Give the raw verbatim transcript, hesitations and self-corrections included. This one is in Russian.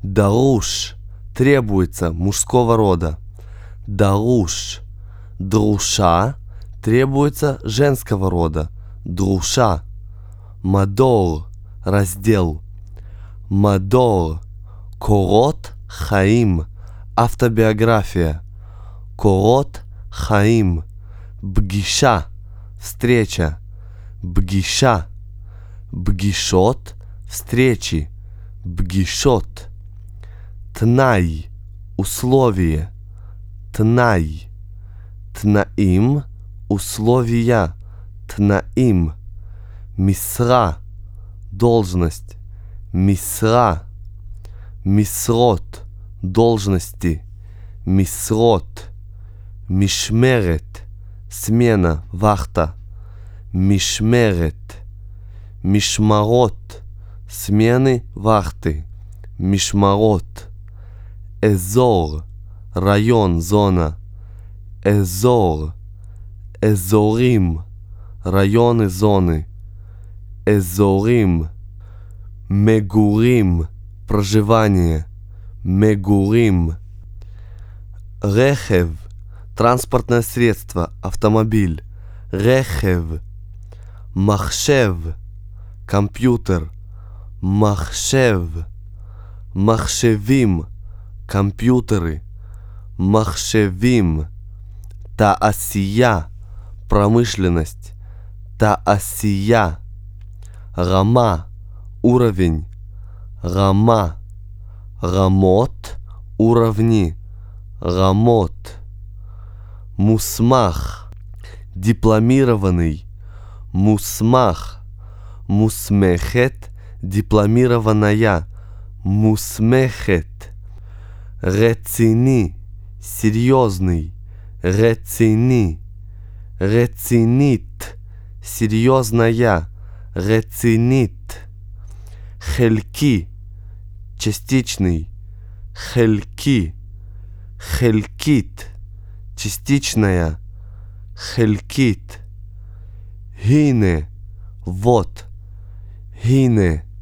Даруш требуется мужского рода. Даруш. Друша требуется женского рода. Друша. Мадор раздел. Мадор. Корот хаим автобиография. Корот хаим. Бгиша встреча. Бгиша. Бгишот встречи. Бгишот. Тнай условие. Тнай. Тнаим условия. Тнаим. Мисра должность. Мисра. Мисрот должности. Мисрот. Мишмерет смена, вахта. Мишмерет. Мишмарот смены, вахты. Мишмарот. Эзор район, зона. Эзор. Эзорим районы, зоны. Эзорим. Мегурим проживание. Мегурим. Рехев транспортное средство, автомобиль. Рехев. Махшев компьютер. Махшев. Махшевим компьютеры. Махшевим. Таасия промышленность. Таасия. Рама уровень. Рама. Рамот уровни. Рамот. Мусмах дипломированный. Мусмах. Мусмехет дипломированная. Мусмехет. Рецини серьезный. Рецини. Рецинит серьезная. Рецинит. Хельки частичный. Хельки. Хелькит частичная. Хелькит. Хине вот. Хине